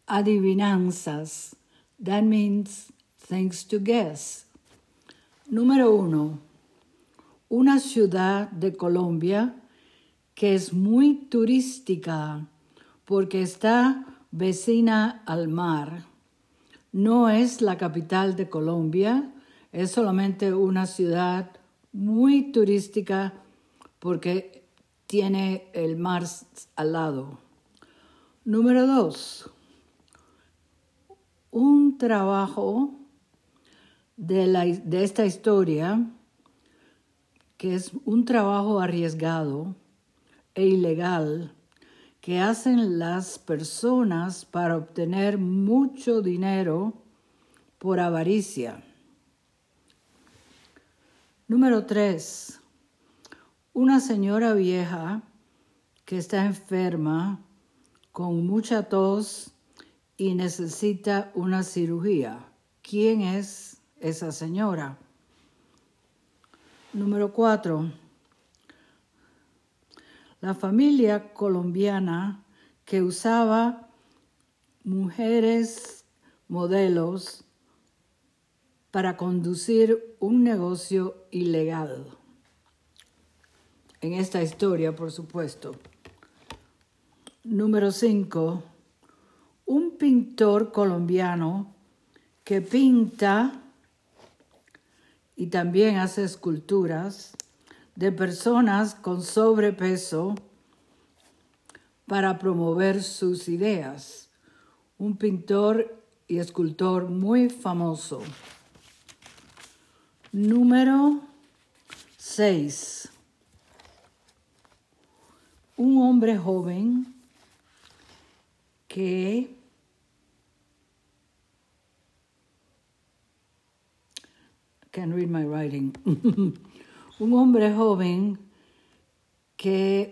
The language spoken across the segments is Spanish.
adivinanzas. That means things to guess. Número 1. Una ciudad de Colombia que es muy turística porque está vecina al mar. No es la capital de Colombia, es solamente una ciudad muy turística porque tiene el mar al lado. Número 2. Un trabajo de esta historia, que es un trabajo arriesgado e ilegal que hacen las personas para obtener mucho dinero por avaricia. Número 3. Una señora vieja que está enferma con mucha tos y necesita una cirugía. ¿Quién es esa señora? Número 4. La familia colombiana que usaba mujeres modelos para conducir un negocio ilegal. En esta historia, por supuesto. Número 5. Un pintor colombiano que pinta y también hace esculturas de personas con sobrepeso para promover sus ideas. Un pintor y escultor muy famoso. Número 6. Un hombre joven que can't read my writing. Un hombre joven que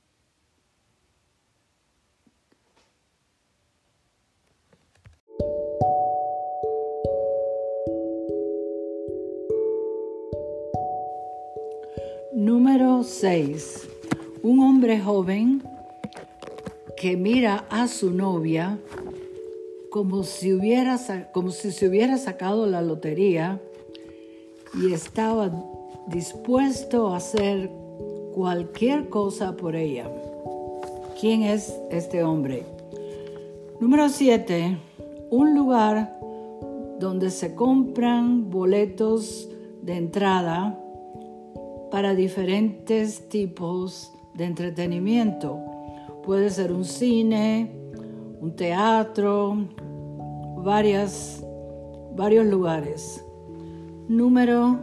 Número 6. Un hombre joven que mira a su novia como si se hubiera sacado la lotería y estaba dispuesto a hacer cualquier cosa por ella. ¿Quién es este hombre? Número 7. Un lugar donde se compran boletos de entrada para diferentes tipos de entretenimiento. Puede ser un cine, un teatro, varios lugares. Número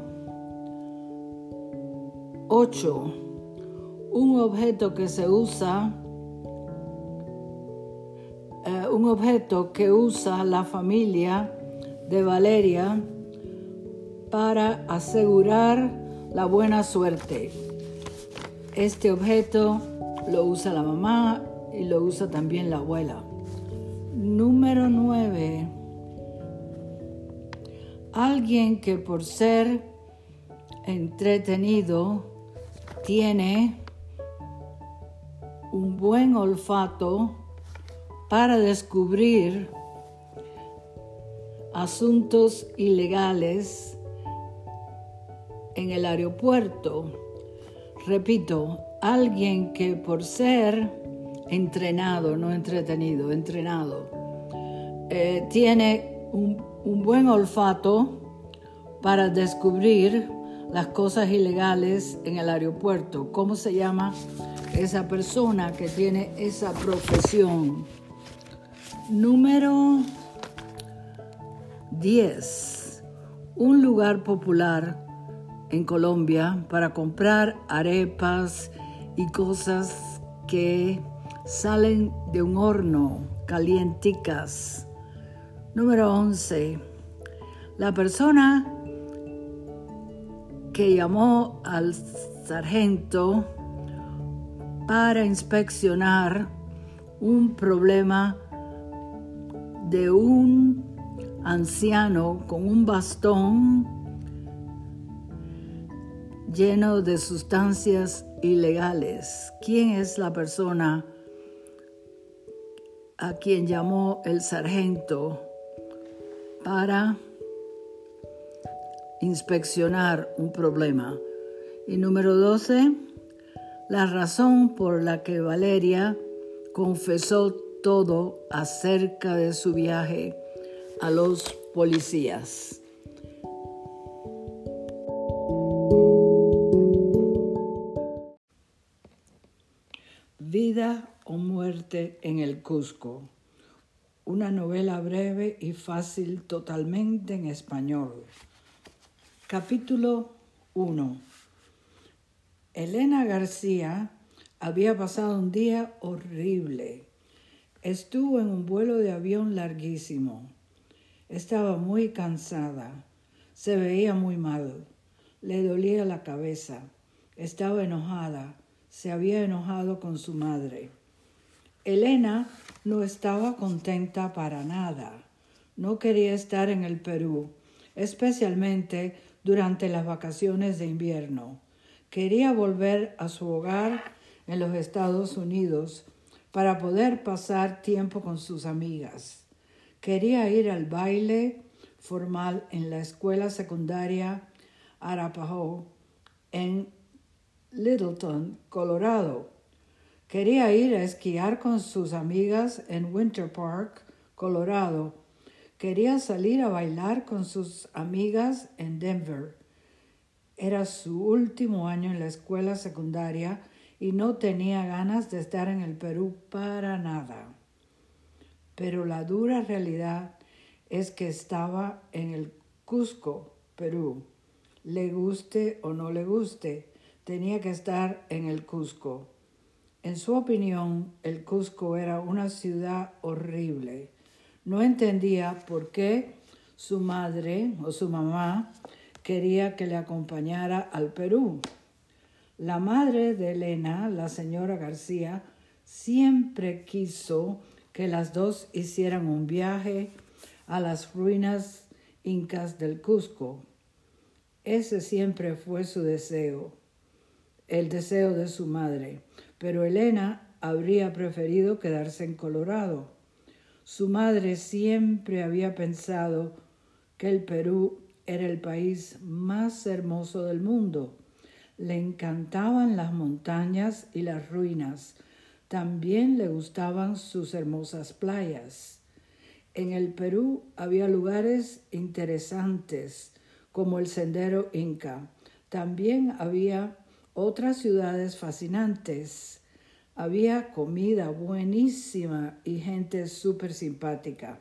8. Un objeto que usa la familia de Valeria para asegurar la buena suerte. Este objeto lo usa la mamá y lo usa también la abuela. Número 9. Alguien que por ser entretenido tiene un buen olfato para descubrir asuntos ilegales en el aeropuerto. Repito, alguien que por ser entrenado, no entretenido, entrenado, tiene un buen olfato para descubrir las cosas ilegales en el aeropuerto. ¿Cómo se llama esa persona que tiene esa profesión? Número 10. Un lugar popular en Colombia para comprar arepas y cosas que salen de un horno, calienticas. Número 11. La persona que llamó al sargento para inspeccionar un problema de un anciano con un bastón lleno de sustancias ilegales. ¿Quién es la persona a quien llamó el sargento para inspeccionar un problema. Y número 12, la razón por la que Valeria confesó todo acerca de su viaje a los policías. Vida o muerte en el Cusco. Una novela breve y fácil totalmente en español. Capítulo 1. Elena García había pasado un día horrible. Estuvo en un vuelo de avión larguísimo. Estaba muy cansada. Se veía muy mal. Le dolía la cabeza. Estaba enojada. Se había enojado con su madre. Elena no estaba contenta para nada. No quería estar en el Perú, especialmente durante las vacaciones de invierno. Quería volver a su hogar en los Estados Unidos para poder pasar tiempo con sus amigas. Quería ir al baile formal en la escuela secundaria Arapahoe en Littleton, Colorado. Quería ir a esquiar con sus amigas en Winter Park, Colorado. Quería salir a bailar con sus amigas en Denver. Era su último año en la escuela secundaria y no tenía ganas de estar en el Perú para nada. Pero la dura realidad es que estaba en el Cusco, Perú. Le guste o no le guste, tenía que estar en el Cusco. En su opinión, el Cusco era una ciudad horrible. No entendía por qué su madre o su mamá quería que le acompañara al Perú. La madre de Elena, la señora García, siempre quiso que las dos hicieran un viaje a las ruinas incas del Cusco. Ese siempre fue su deseo, el deseo de su madre, pero Elena habría preferido quedarse en Colorado. Su madre siempre había pensado que el Perú era el país más hermoso del mundo. Le encantaban las montañas y las ruinas. También le gustaban sus hermosas playas. En el Perú había lugares interesantes como el Sendero Inca. También había otras ciudades fascinantes. Había comida buenísima y gente súper simpática.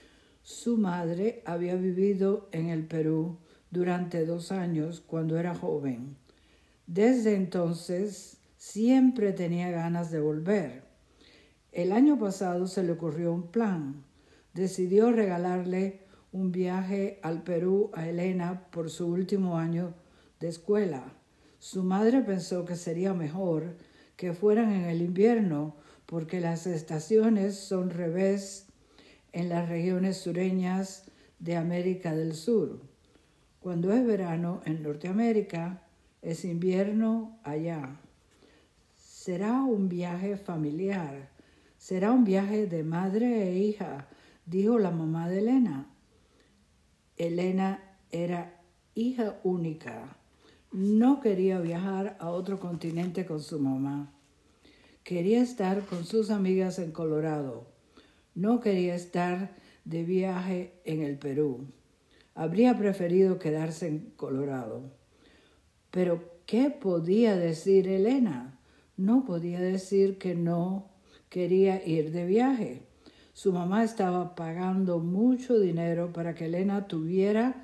Su madre había vivido en el Perú durante 2 años cuando era joven. Desde entonces siempre tenía ganas de volver. El año pasado se le ocurrió un plan. Decidió regalarle un viaje al Perú a Elena por su último año de escuela. Su madre pensó que sería mejor que fueran en el invierno porque las estaciones son revés en las regiones sureñas de América del Sur. Cuando es verano en Norteamérica, es invierno allá. Será un viaje familiar, será un viaje de madre e hija, dijo la mamá de Elena. Elena era hija única. No quería viajar a otro continente con su mamá. Quería estar con sus amigas en Colorado. No quería estar de viaje en el Perú. Habría preferido quedarse en Colorado. Pero, ¿qué podía decir Elena? No podía decir que no quería ir de viaje. Su mamá estaba pagando mucho dinero para que Elena tuviera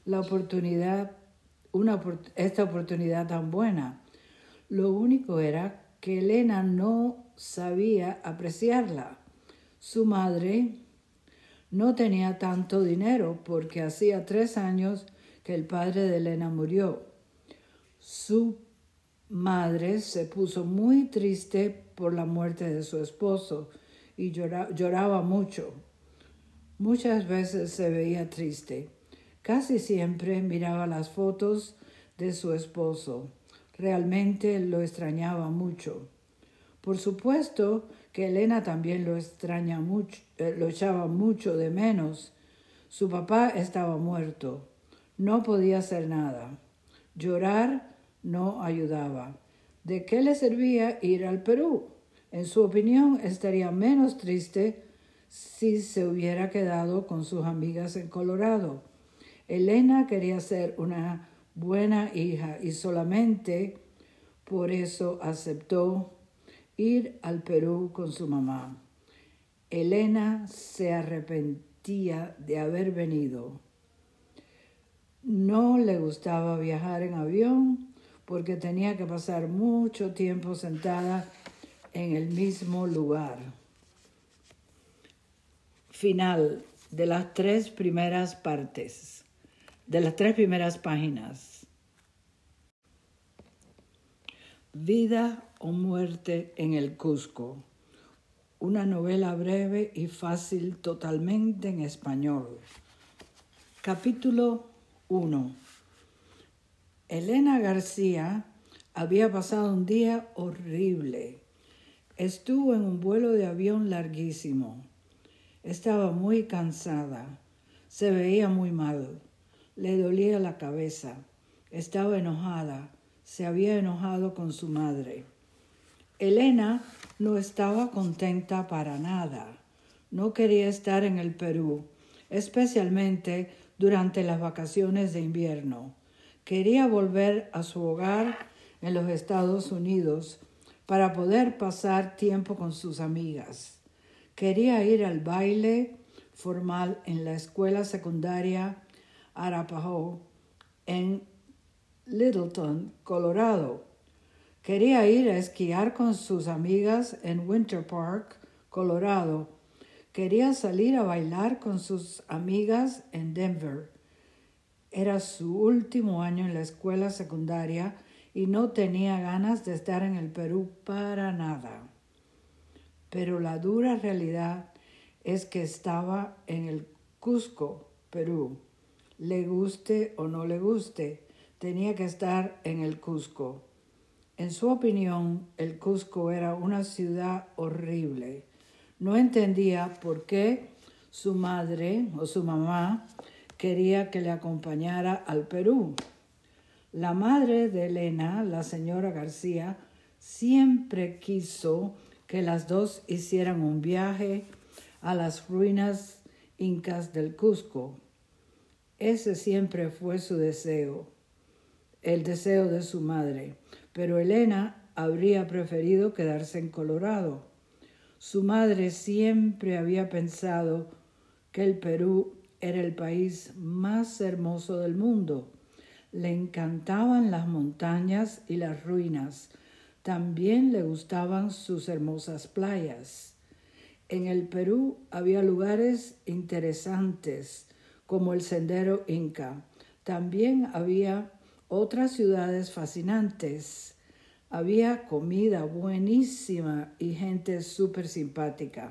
esta oportunidad tan buena. Lo único era que Elena no sabía apreciarla. Su madre no tenía tanto dinero porque hacía 3 años que el padre de Elena murió. Su madre se puso muy triste por la muerte de su esposo y lloraba mucho. Muchas veces se veía triste. Casi siempre miraba las fotos de su esposo. Realmente lo extrañaba mucho. Por supuesto que Elena también lo echaba mucho de menos. Su papá estaba muerto. No podía hacer nada. Llorar no ayudaba. ¿De qué le servía ir al Perú? En su opinión, estaría menos triste si se hubiera quedado con sus amigas en Colorado. Elena quería ser una buena hija y solamente por eso aceptó ir al Perú con su mamá. Elena se arrepentía de haber venido. No le gustaba viajar en avión porque tenía que pasar mucho tiempo sentada en el mismo lugar. Final de las 3 primeras partes, de las 3 primeras páginas. Vida o muerte en el Cusco. Una novela breve y fácil totalmente en español. Capítulo 1. Elena García había pasado un día horrible. Estuvo en un vuelo de avión larguísimo. Estaba muy cansada. Se veía muy mal. Le dolía la cabeza. Estaba enojada. Se había enojado con su madre. Elena no estaba contenta para nada. No quería estar en el Perú, especialmente durante las vacaciones de invierno. Quería volver a su hogar en los Estados Unidos para poder pasar tiempo con sus amigas. Quería ir al baile formal en la escuela secundaria Arapahoe en Littleton, Colorado. Quería ir a esquiar con sus amigas en Winter Park, Colorado. Quería salir a bailar con sus amigas en Denver. Era su último año en la escuela secundaria y no tenía ganas de estar en el Perú para nada. Pero la dura realidad es que estaba en el Cusco, Perú. Le guste o no le guste, tenía que estar en el Cusco. En su opinión, el Cusco era una ciudad horrible. No entendía por qué su madre o su mamá quería que le acompañara al Perú. La madre de Elena, la señora García, siempre quiso que las dos hicieran un viaje a las ruinas incas del Cusco. Ese siempre fue su deseo, el deseo de su madre, pero Elena habría preferido quedarse en Colorado. Su madre siempre había pensado que el Perú era el país más hermoso del mundo. Le encantaban las montañas y las ruinas. También le gustaban sus hermosas playas. En el Perú había lugares interesantes como el Sendero Inca. También había otras ciudades fascinantes. Había comida buenísima y gente súper simpática.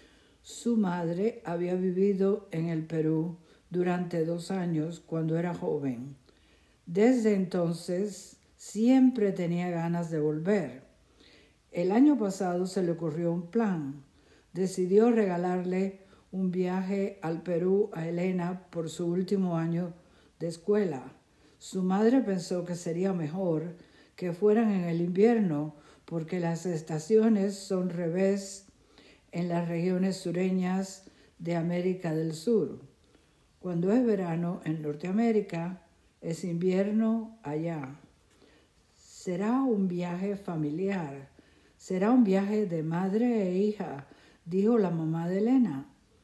Su madre había vivido en el Perú durante 2 años cuando era joven. Desde entonces siempre tenía ganas de volver. El año pasado se le ocurrió un plan. Decidió regalarle un viaje al Perú a Elena por su último año de escuela. Su madre pensó que sería mejor que fueran en el invierno porque las estaciones son revés en las regiones sureñas de América del Sur. Cuando es verano en Norteamérica, es invierno allá. Será un viaje familiar, será un viaje de madre e hija, dijo la mamá de Elena.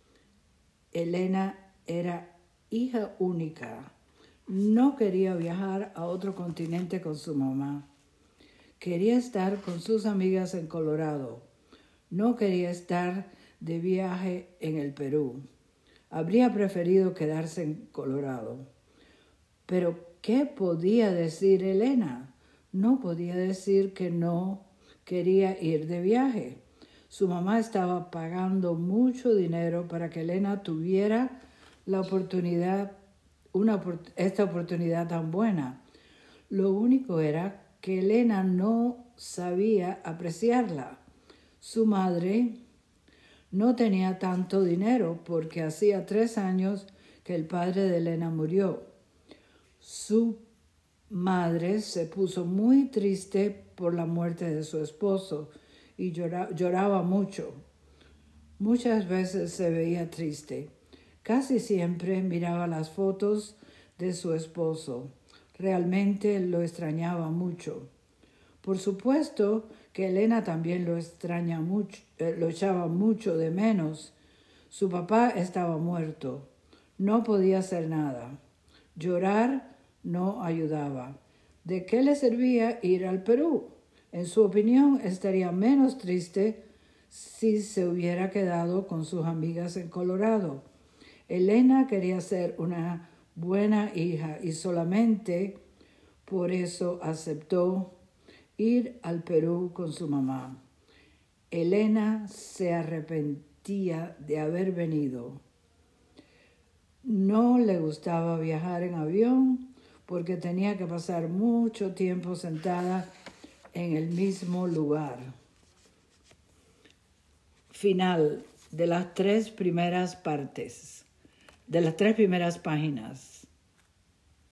Elena era hija única. No quería viajar a otro continente con su mamá. Quería estar con sus amigas en Colorado. No quería estar de viaje en el Perú. Habría preferido quedarse en Colorado. Pero, ¿qué podía decir Elena? No podía decir que no quería ir de viaje. Su mamá estaba pagando mucho dinero para que Elena tuviera esta oportunidad tan buena. Lo único era que Elena no sabía apreciarla. Su madre no tenía tanto dinero porque hacía 3 años que el padre de Elena murió. Su madre se puso muy triste por la muerte de su esposo y lloraba mucho. Muchas veces se veía triste. Casi siempre miraba las fotos de su esposo. Realmente lo extrañaba mucho. Por supuesto que Elena también lo extraña mucho, lo echaba mucho de menos. Su papá estaba muerto. No podía hacer nada. Llorar no ayudaba. ¿De qué le servía ir al Perú? En su opinión, estaría menos triste si se hubiera quedado con sus amigas en Colorado. Elena quería ser una buena hija y solamente por eso aceptó ir al Perú con su mamá. Elena se arrepentía de haber venido. No le gustaba viajar en avión porque tenía que pasar mucho tiempo sentada en el mismo lugar. Final de las 3 primeras partes, de las 3 primeras páginas.